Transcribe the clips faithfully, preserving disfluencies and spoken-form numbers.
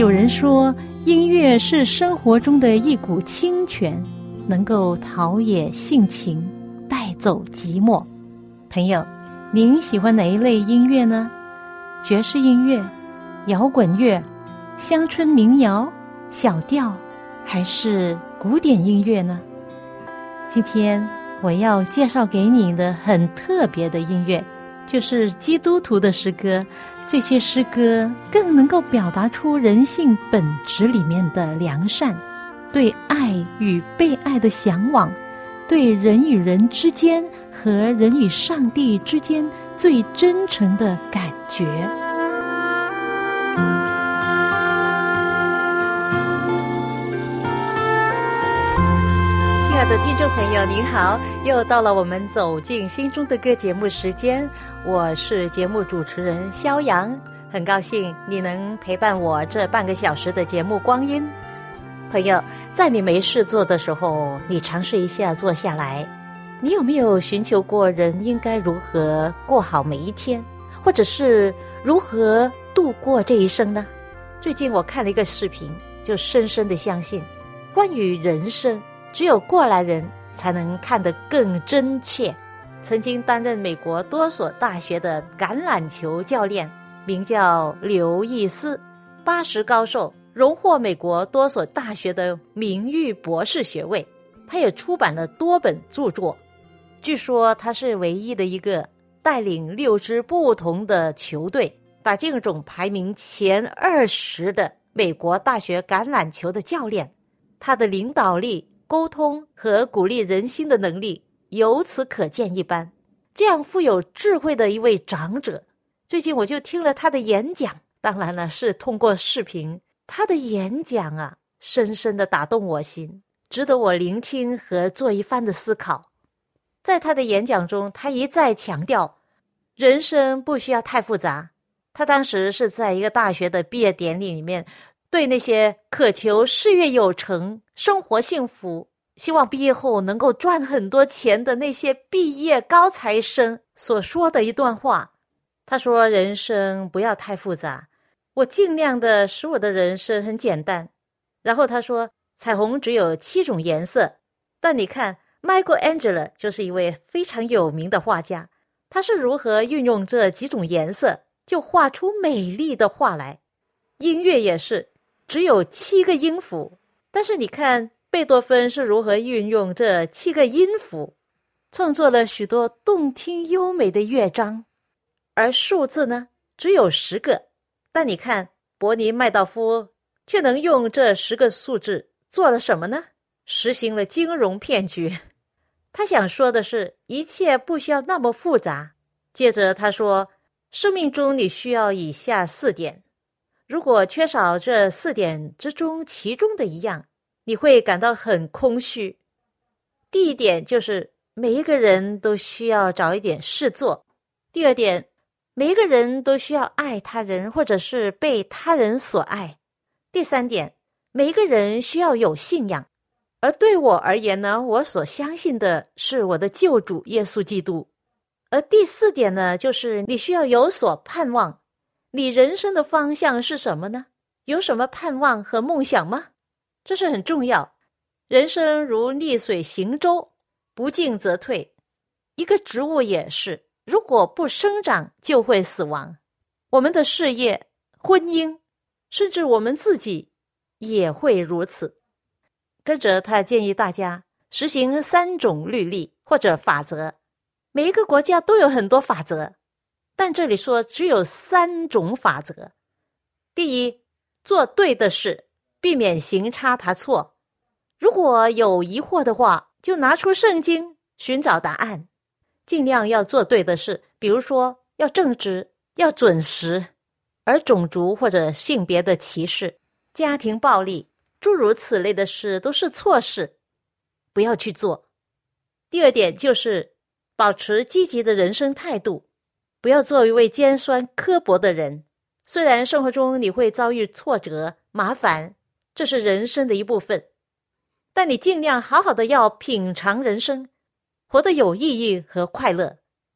有人说，音乐是生活中的一股清泉，能够陶冶性情，带走寂寞。朋友，您喜欢哪一类音乐呢？爵士音乐、摇滚乐、乡村民谣、小调，还是古典音乐呢？今天我要介绍给你的很特别的音乐，就是基督徒的诗歌。这些诗歌更能够表达出人性本质里面的良善，对爱与被爱的向往，对人与人之间和人与上帝之间最真诚的感觉。亲爱的听众朋友您好，又到了我们走进心中的歌节目时间，我是节目主持人肖阳，很高兴你能陪伴我这半个小时的节目光阴。朋友，在你没事做的时候，你尝试一下坐下来，你有没有寻求过人应该如何过好每一天，或者是如何度过这一生呢？最近我看了一个视频，就深深的相信，关于人生只有过来人才能看得更真切。曾经担任美国多所大学的橄榄球教练，名叫刘易斯，八十高寿，荣获美国多所大学的名誉博士学位。他也出版了多本著作，据说他是唯一的一个带领六支不同的球队打进总排名前二十的美国大学橄榄球的教练。他的领导力、沟通和鼓励人心的能力由此可见一斑。这样富有智慧的一位长者，最近我就听了他的演讲，当然了，是通过视频。他的演讲啊，深深地打动我心，值得我聆听和做一番的思考。在他的演讲中，他一再强调，人生不需要太复杂。他当时是在一个大学的毕业典礼里面，对那些渴求事业有成、生活幸福，希望毕业后能够赚很多钱的那些毕业高材生所说的一段话。他说，人生不要太复杂，我尽量的使我的人生很简单。然后他说，彩虹只有七种颜色，但你看 Michelangelo 就是一位非常有名的画家，他是如何运用这几种颜色就画出美丽的画来。音乐也是只有七个音符，但是你看贝多芬是如何运用这七个音符，创作了许多动听优美的乐章。而数字呢，只有十个，但你看伯尼麦道夫却能用这十个数字做了什么呢？实行了金融骗局。他想说的是，一切不需要那么复杂。接着他说，生命中你需要以下四点，如果缺少这四点之中其中的一样，你会感到很空虚。第一点就是每一个人都需要找一点事做。第二点，每一个人都需要爱他人，或者是被他人所爱。第三点，每一个人需要有信仰。而对我而言呢，我所相信的是我的救主耶稣基督。而第四点呢，就是你需要有所盼望。你人生的方向是什么呢？有什么盼望和梦想吗？这是很重要。人生如逆水行舟，不进则退。一个植物也是，如果不生长就会死亡。我们的事业、婚姻，甚至我们自己也会如此。跟着他建议大家实行三种律例或者法则。每一个国家都有很多法则，但这里说只有三种法则。第一，做对的事，避免行差踏错。如果有疑惑的话，就拿出圣经寻找答案，尽量要做对的事，比如说要正直，要准时。而种族或者性别的歧视、家庭暴力，诸如此类的事都是错事，不要去做。第二点就是保持积极的人生态度，不要做一位尖酸刻薄的人。虽然生活中你会遭遇挫折、麻烦，这是人生的一部分，但你尽量好好的要品尝人生，活得有意义和快乐。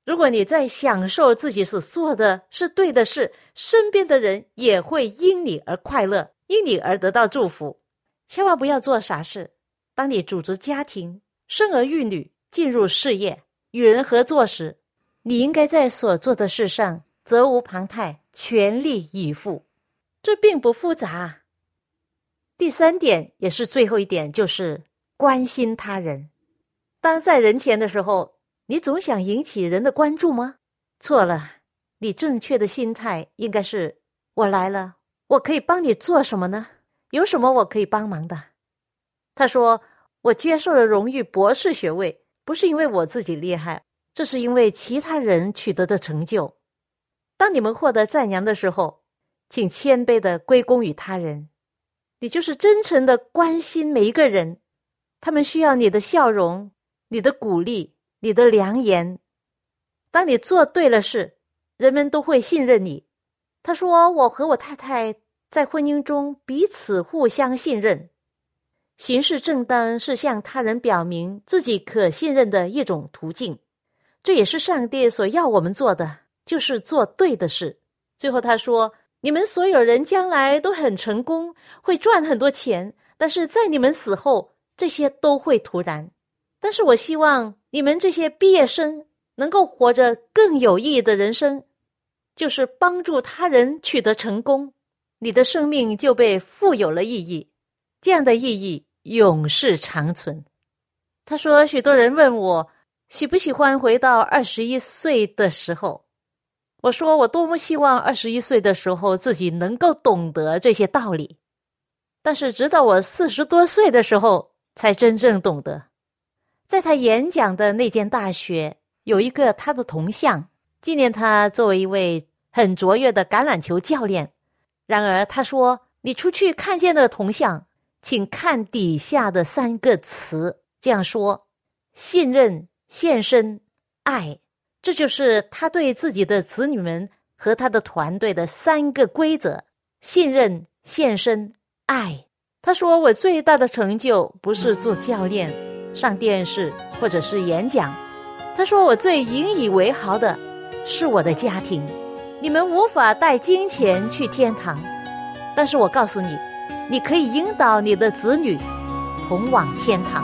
如果你在享受自己所做的是对的事，身边的人也会因你而快乐，因你而得到祝福。千万不要做傻事。当你组织家庭、生儿育女、进入事业、与人合作时，你应该在所做的事上责无旁贷，全力以赴。这并不复杂。第三点，也是最后一点，就是关心他人。当在人前的时候，你总想引起人的关注吗？错了，你正确的心态应该是，我来了，我可以帮你做什么呢？有什么我可以帮忙的？他说，我接受了荣誉博士学位，不是因为我自己厉害，这是因为其他人取得的成就。当你们获得赞扬的时候，请谦卑地归功于他人。你就是真诚地关心每一个人，他们需要你的笑容，你的鼓励，你的良言。当你做对了事，人们都会信任你。他说，我和我太太在婚姻中彼此互相信任。行事正当是向他人表明自己可信任的一种途径，这也是上帝所要我们做的，就是做对的事。最后他说，你们所有人将来都很成功，会赚很多钱，但是在你们死后，这些都会突然。但是我希望你们这些毕业生能够活着更有意义的人生，就是帮助他人取得成功，你的生命就被富有了意义，这样的意义永世长存。他说，许多人问我喜不喜欢回到二十一岁的时候，我说我多么希望二十一岁的时候自己能够懂得这些道理，但是直到我四十多岁的时候才真正懂得。在他演讲的那间大学有一个他的铜像，纪念他作为一位很卓越的橄榄球教练。然而他说，你出去看见的铜像，请看底下的三个词，这样说：信任、献身、爱。这就是他对自己的子女们和他的团队的三个规则：信任、献身、爱。他说，我最大的成就不是做教练、上电视或者是演讲。他说，我最引以为豪的是我的家庭。你们无法带金钱去天堂，但是我告诉你，你可以引导你的子女同往天堂。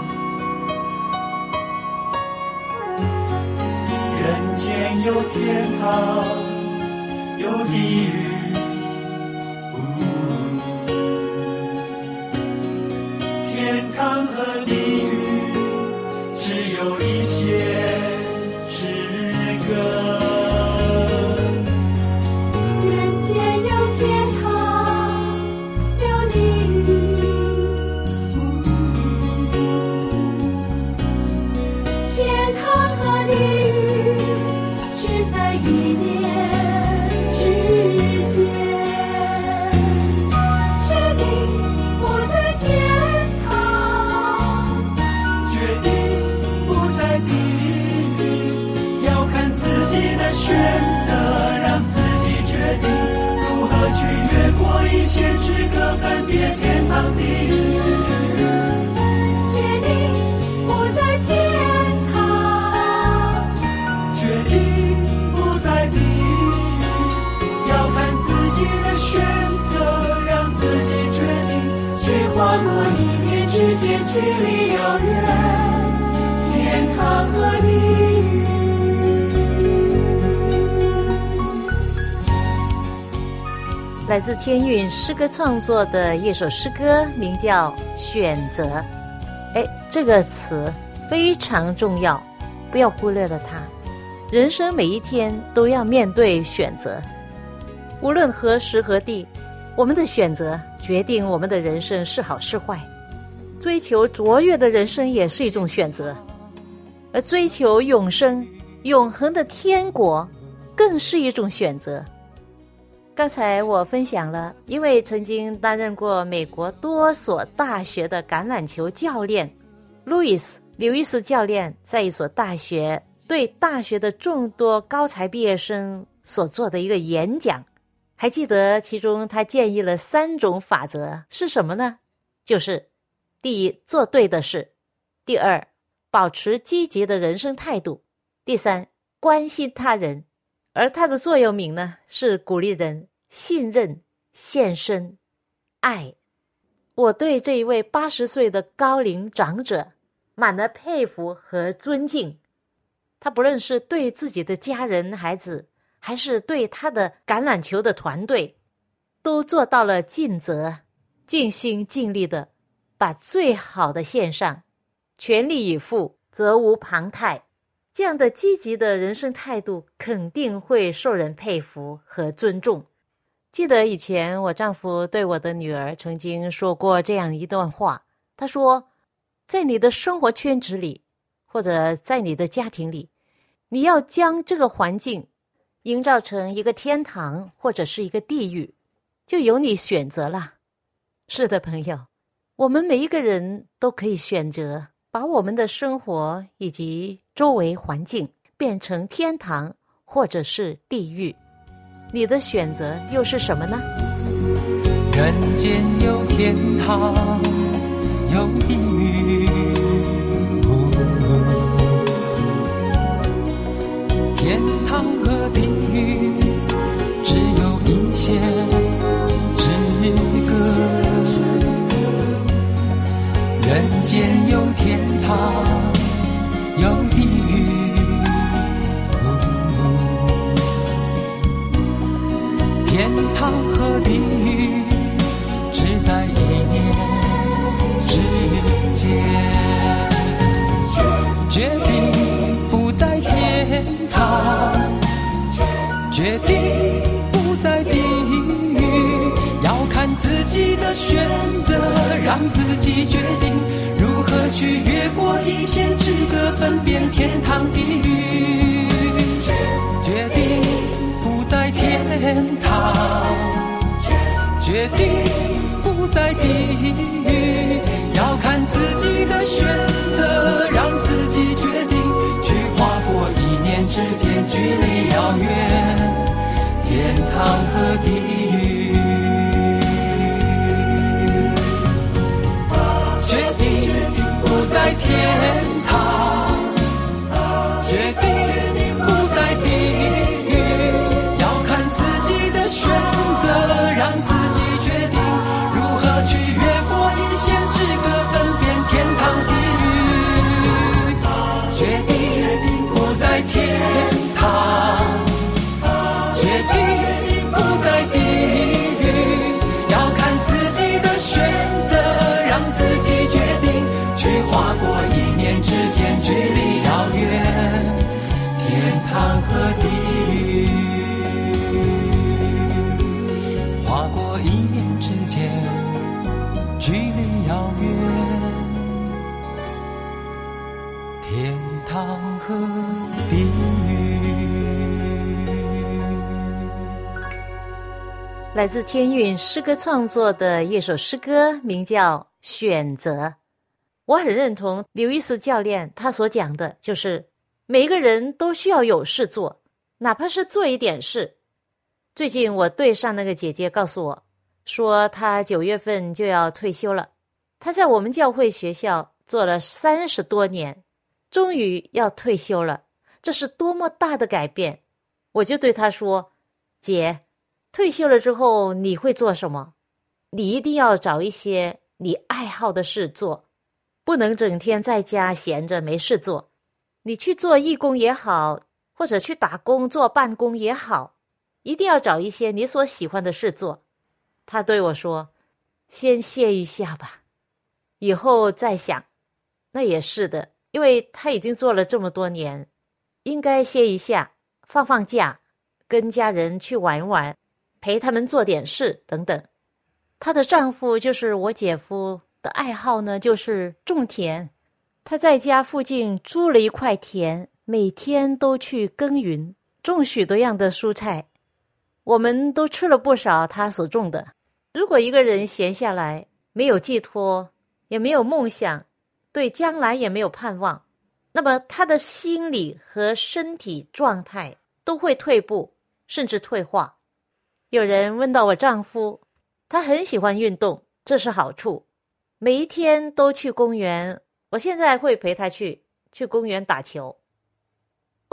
人间有天堂，有地狱，天堂和地狱只有一线之隔。 人间有天堂，有地狱，天堂和地狱只在一念之间。决定不在天堂， 决定不在地狱，要看自己的选择，让自己决定如何去越过一线之隔，分别天堂地狱。 决定不在天堂， 决定不在地狱，要看自己的选择，让自己决定去跨过一念之间距离遥远，天堂和地狱。 来自天韵诗歌创作的一首诗歌，名叫《选择》。哎，这个词非常重要，不要忽略了它。人生每一天都要面对选择，无论何时何地，我们的选择决定我们的人生是好是坏。追求卓越的人生也是一种选择，而追求永生、永恒的天国更是一种选择。刚才我分享了一位曾经担任过美国多所大学的橄榄球教练路易斯刘易斯教练在一所大学对大学的众多高才毕业生所做的一个演讲。还记得其中他建议了三种法则是什么呢？就是第一，做对的事；第二，保持积极的人生态度；第三， 关心他人，而他的座右铭呢，是鼓励人信任、献身、爱。我对这一位八十岁的高龄长者满了佩服和尊敬。他不论是对自己的家人、孩子，还是对他的橄榄球的团队，都做到了尽责，尽心尽力的把最好的献上，全力以赴，责无旁贷。这样的积极的人生态度肯定会受人佩服和尊重。记得以前我丈夫对我的女儿曾经说过这样一段话，他说，在你的生活圈子里，或者在你的家庭里，你要将这个环境营造成一个天堂或者是一个地狱，就由你选择了。是的，朋友，我们每一个人都可以选择把我们的生活以及周围环境变成天堂或者是地狱。你的选择又是什么呢？ 人间有天堂，有地狱，哦哦，天堂和地狱只有一线之隔。人间有天堂，有地狱，天堂和地狱只在一念之间。决定不在天堂，决定不在地狱，要看自己的选择，让自己决定如何去越过一线之隔，分辨天堂地狱。决定不在天堂，决定不在地狱，要看自己的选择，让自己决定去跨过一念之间距离遥远，天堂和地狱。决定不在天堂，决定不在地狱，选择让自己决定如何去越过一线之隔，分辨天堂地狱。决定不在天堂，决定不在地狱，要看自己的选择，让自己决定去跨过一念之间距离遥远，天堂和地狱。跨过一念之间距离遥远，天堂和地狱。 来自天韵诗歌创作的一首诗歌，名叫《选择》。我很认同刘易斯教练他所讲的，就是每一个人都需要有事做，哪怕是做一点事。最近我对上那个姐姐告诉我说，她九月份就要退休了。她在我们教会学校做了三十多年，终于要退休了，这是多么大的改变。我就对她说，姐，退休了之后你会做什么？你一定要找一些你爱好的事做，不能整天在家闲着没事做。你去做义工也好，或者去打工做办公也好，一定要找一些你所喜欢的事做。他对我说，先歇一下吧，以后再想。那也是的，因为他已经做了这么多年，应该歇一下，放放假，跟家人去玩玩，陪他们做点事等等。她的丈夫就是我姐夫的爱好呢，就是种田。他在家附近租了一块田，每天都去耕耘，种许多样的蔬菜。我们都吃了不少他所种的。如果一个人闲下来，没有寄托，也没有梦想，对将来也没有盼望，那么他的心理和身体状态都会退步，甚至退化。有人问到我丈夫，他很喜欢运动，这是好处，每一天都去公园，我现在会陪他去去公园打球。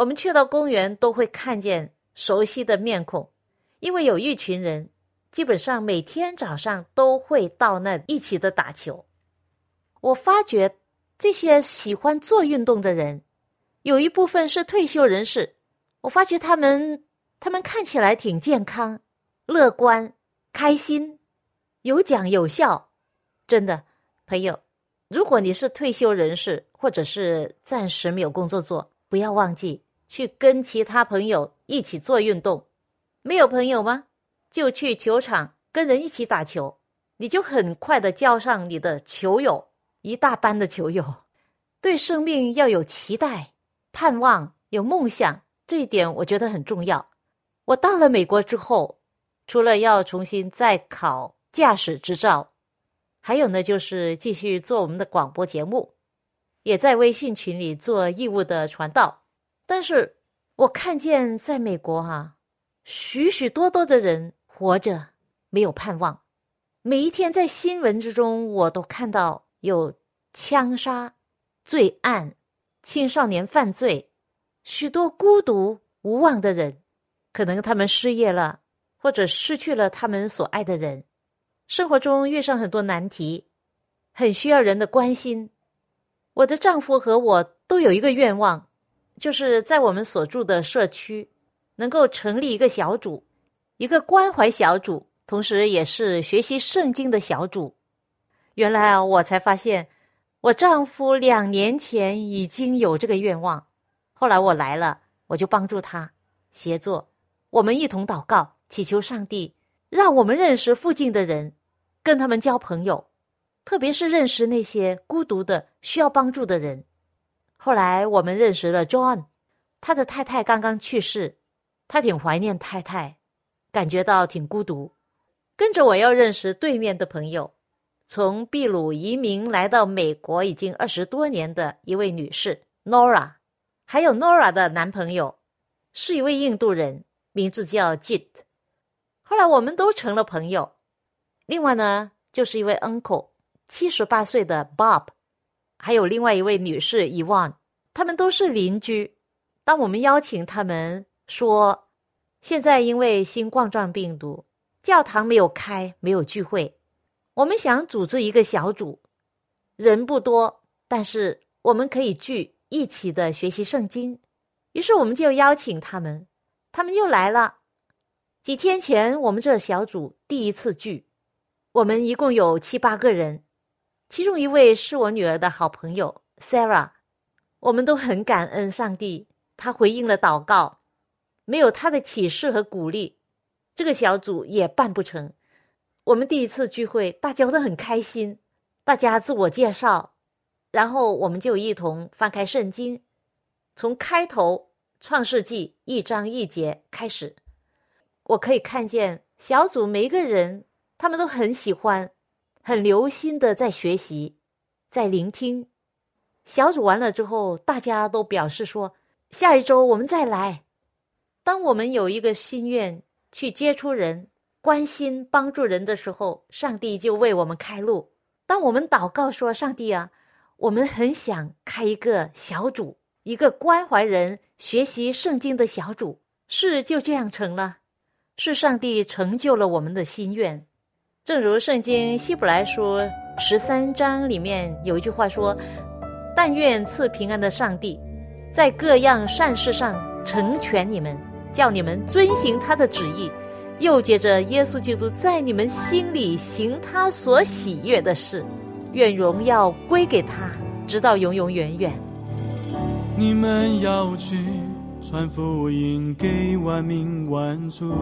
我们去到公园都会看见熟悉的面孔，因为有一群人基本上每天早上都会到那一起的打球。我发觉这些喜欢做运动的人，有一部分是退休人士，我发觉他们他们看起来挺健康、乐观、开心，有讲有笑。真的，朋友，如果你是退休人士，或者是暂时没有工作做，不要忘记去跟其他朋友一起做运动。没有朋友吗？就去球场跟人一起打球，你就很快的交上你的球友，一大班的球友。对生命要有期待、盼望、有梦想，这一点我觉得很重要。我到了美国之后，除了要重新再考驾驶执照，还有呢就是继续做我们的广播节目，也在微信群里做义务的传道。但是我看见在美国啊，许许多多的人活着没有盼望。每一天在新闻之中，我都看到有枪杀、罪案、青少年犯罪，许多孤独无望的人，可能他们失业了，或者失去了他们所爱的人，生活中遇上很多难题，很需要人的关心。我的丈夫和我都有一个愿望，就是在我们所住的社区能够成立一个小组，一个关怀小组，同时也是学习圣经的小组。原来啊，我才发现我丈夫两年前已经有这个愿望，后来我来了，我就帮助他协作，我们一同祷告，祈求上帝让我们认识附近的人，跟他们交朋友，特别是认识那些孤独的需要帮助的人。后来我们认识了 John， 他的太太刚刚去世，他挺怀念太太，感觉到挺孤独。跟着我要认识对面的朋友，从秘鲁移民来到美国已经二十多年的一位女士 Nora， 还有 Nora 的男朋友是一位印度人，名字叫 Jit。 后来我们都成了朋友。另外呢，就是一位 uncle， 七十八岁的 Bob， 还有另外一位女士 Yvonne， 他们都是邻居。当我们邀请他们说，现在因为新冠状病毒，教堂没有开，没有聚会，我们想组织一个小组，人不多，但是我们可以聚一起的学习圣经。于是我们就邀请他们，他们又来了。几天前我们这小组第一次聚，我们一共有七八个人，其中一位是我女儿的好朋友 Sarah。 我们都很感恩上帝，她回应了祷告，没有她的启示和鼓励，这个小组也办不成。我们第一次聚会，大家都很开心，大家自我介绍，然后我们就一同翻开圣经，从开头创世纪一章一节开始。我可以看见小组每一个人，他们都很喜欢，很留心的在学习，在聆听。小组完了之后，大家都表示说，下一周我们再来。当我们有一个心愿去接触人，关心帮助人的时候，上帝就为我们开路。当我们祷告说，上帝啊，我们很想开一个小组，一个关怀人学习圣经的小组，事就这样成了，是上帝成就了我们的心愿。正如圣经希伯来书十三章里面有一句话说，但愿赐平安的上帝在各样善事上成全你们，叫你们遵行他的旨意，又借着耶稣基督在你们心里行他所喜悦的事，愿荣耀归给他，直到永永远远。 你们要去传福音给万民万族，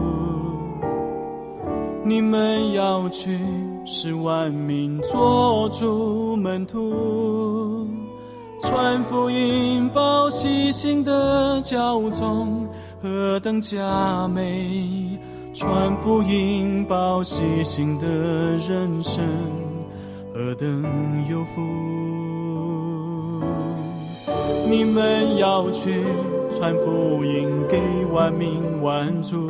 你们要去使万民做主门徒，传福音报喜信的教宗何等佳美，传福音报喜信的人生何等有福。你们要去传福音给万民万族，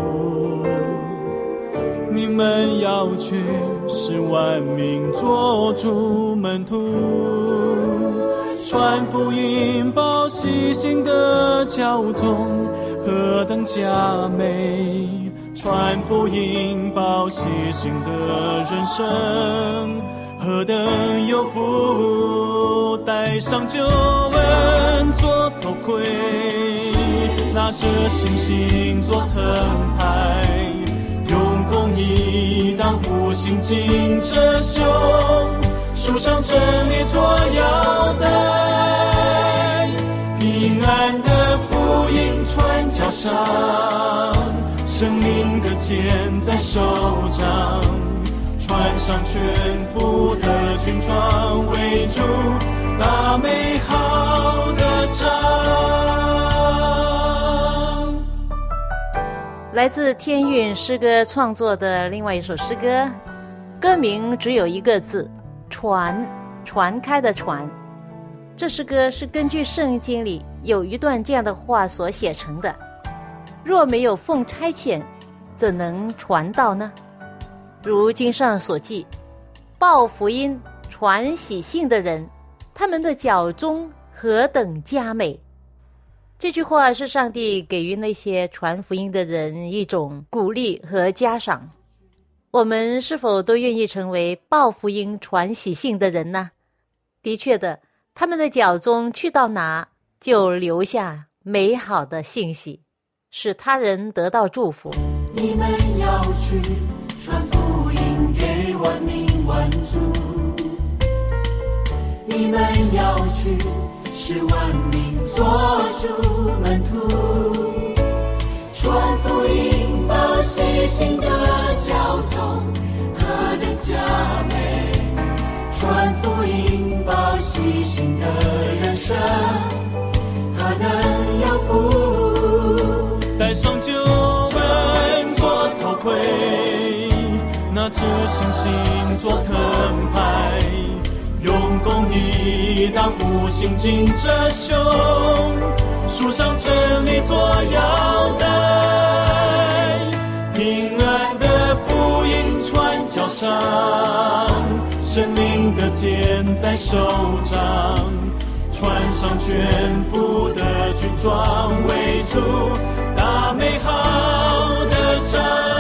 你们要去使万民做主门徒， 传福音报喜信的教宗何等佳美，传福音报喜信的人生何等有福，戴上救恩做头盔，拿着信心做藤牌，用公义当护心镜遮胸，树上真理做腰带，平安的福音传脚上，生命的剑在手掌，穿上全副的军装，围住大美好的仗。 来自天韵诗歌创作的另外一首诗歌，歌名只有一个字，传，传开的传。这诗歌是根据圣经里有一段这样的话所写成的，若没有奉差遣，怎能传道呢？如经上所记，报福音传喜信的人，他们的脚中何等佳美。这句话是上帝给予那些传福音的人一种鼓励和嘉赏。我们是否都愿意成为报福音传喜信的人呢？的确的，他们的脚中去到哪，就留下美好的信息，使他人得到祝福。 你们要去传福音给万民万族，你们要去使万民做主门徒，传福音报喜信的教宗何等佳美，传福音报喜信的人生何等有福， 戴上救恩做头盔，拿着信心做藤牌，用公义当护心镜遮胸，树上真理做腰带，平安的福音传脚上，生命的剑在手掌，穿上全副的军装，围住大美好的仗。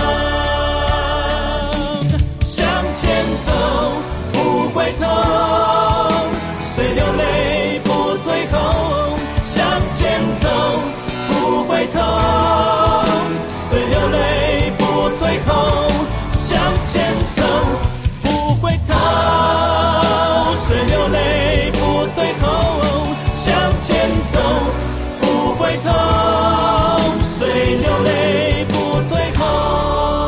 向前走不回头，虽流泪不退后，向前走不回头，虽流泪不退后，向前走不回头，虽流泪不退后，向前走不回头，虽流泪不退后。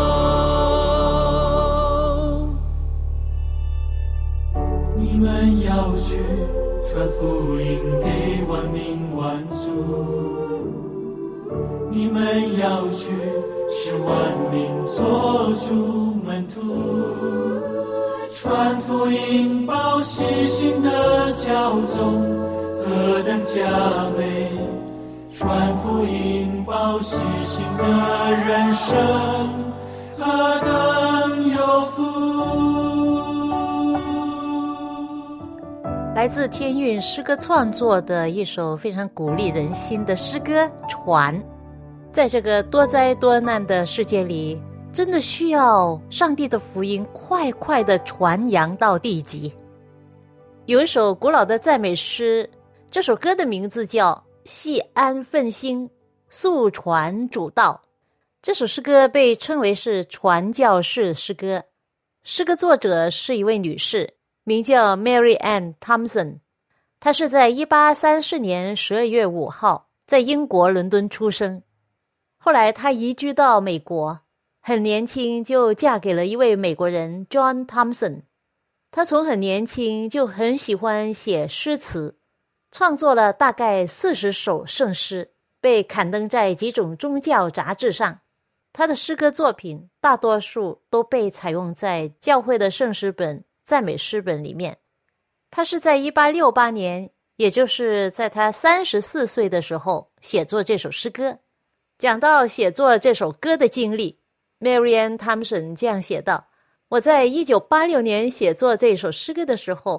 你们要去传福音给万民万族，你们要去使万民做主门徒，传福音报喜信的教宗何等佳美，传福音报喜信的人生何等有福。 来自天韵诗歌创作的一首非常鼓励人心的诗歌《传》。在这个多灾多难的世界里，真的需要上帝的福音快快地传扬到地极。有一首古老的赞美诗，这首歌的名字叫《系安奋心，速传主道》。这首诗歌被称为是传教士诗歌，诗歌作者是一位女士，名叫 Mary Ann Thompson。 她是在一八三四年十二月五号在英国伦敦出生，后来她移居到美国，很年轻就嫁给了一位美国人 John Thompson。 她从很年轻就很喜欢写诗词，创作了大概四十首圣诗，被刊登在几种宗教杂志上。她的诗歌作品大多数都被采用在教会的圣诗本、赞美诗本里面。她是在一八六八年，也就是在她三十四岁的时候写作这首诗歌。讲到写作这首歌的经历， Mary Ann Thompson 这样写道：我在一九八六年写作这首诗歌的时候，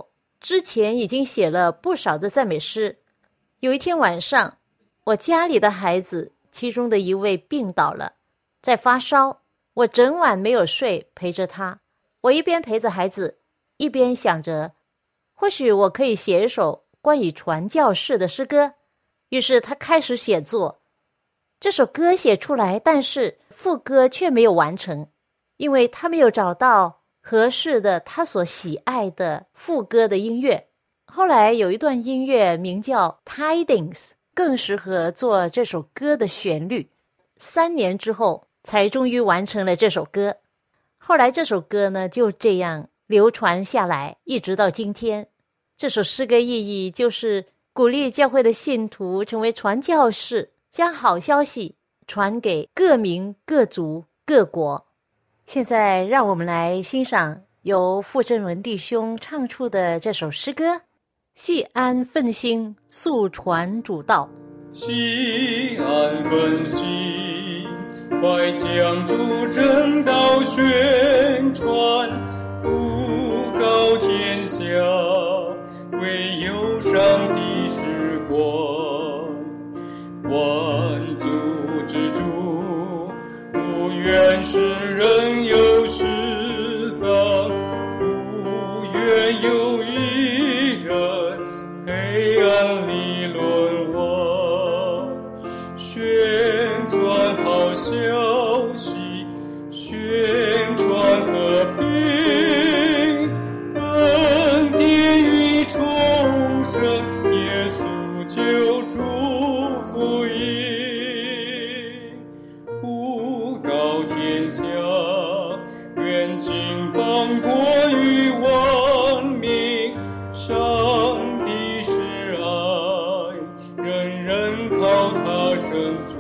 之前已经写了不少的赞美诗。有一天晚上，我家里的孩子其中的一位病倒了，在发烧，我整晚没有睡，陪着他。我一边陪着孩子，一边想着，或许我可以写一首关于传教士的诗歌。于是他开始写作。这首歌写出来，但是副歌却没有完成，因为他没有找到合适的他所喜爱的副歌的音乐。后来有一段音乐名叫 Tidings， 更适合做这首歌的旋律。三年之后才终于完成了这首歌。后来这首歌呢就这样流传下来，一直到今天。这首诗歌意义就是鼓励教会的信徒成为传教士，将好消息传给各民、各族、各国。现在让我们来欣赏由傅正文弟兄唱出的这首诗歌，细安奋心，速传主道。 细安奋心，快将主正道宣传，布告天下，唯有上帝是光。万族之主，不愿使人有失丧，不愿有一人黑暗里沦亡。宣传好消息，宣传和平，恩典与重生，耶稣救主福音，布告天下，愿尽邦国与万民。上帝是爱，人人靠他生存，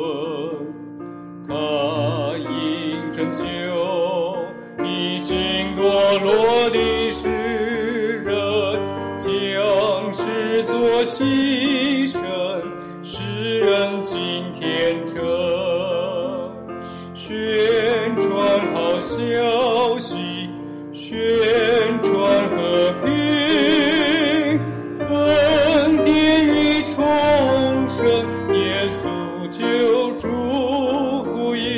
他因拯救已经堕落的世人，将视作牺牲，使人进天城。宣传好消息，宣传和平，恩典与重生，耶稣救主福音。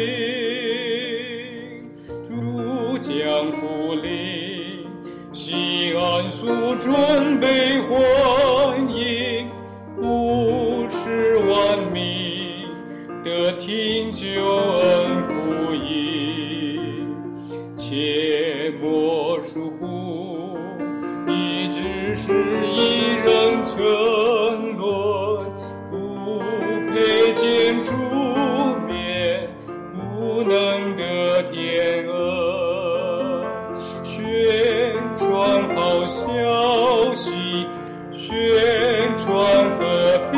主将福临，西安肃准备欢迎，不使万民得听救恩福音。切莫疏忽，以致使一人沉沦，不配见主面，不能得天恩。宣传好消息，宣传和平，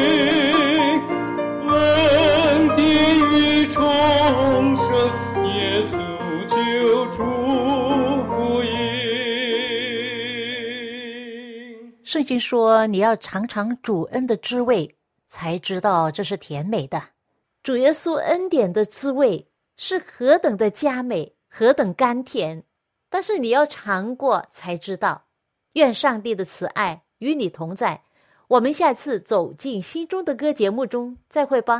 恩典与重生，耶稣救主福音。 圣经说，你要尝尝主恩的滋味，才知道这是甜美的。主耶稣恩典的滋味是何等的佳美，何等甘甜，但是你要尝过才知道。愿上帝的慈爱与你同在。我们下次走进心中的歌节目中再会吧。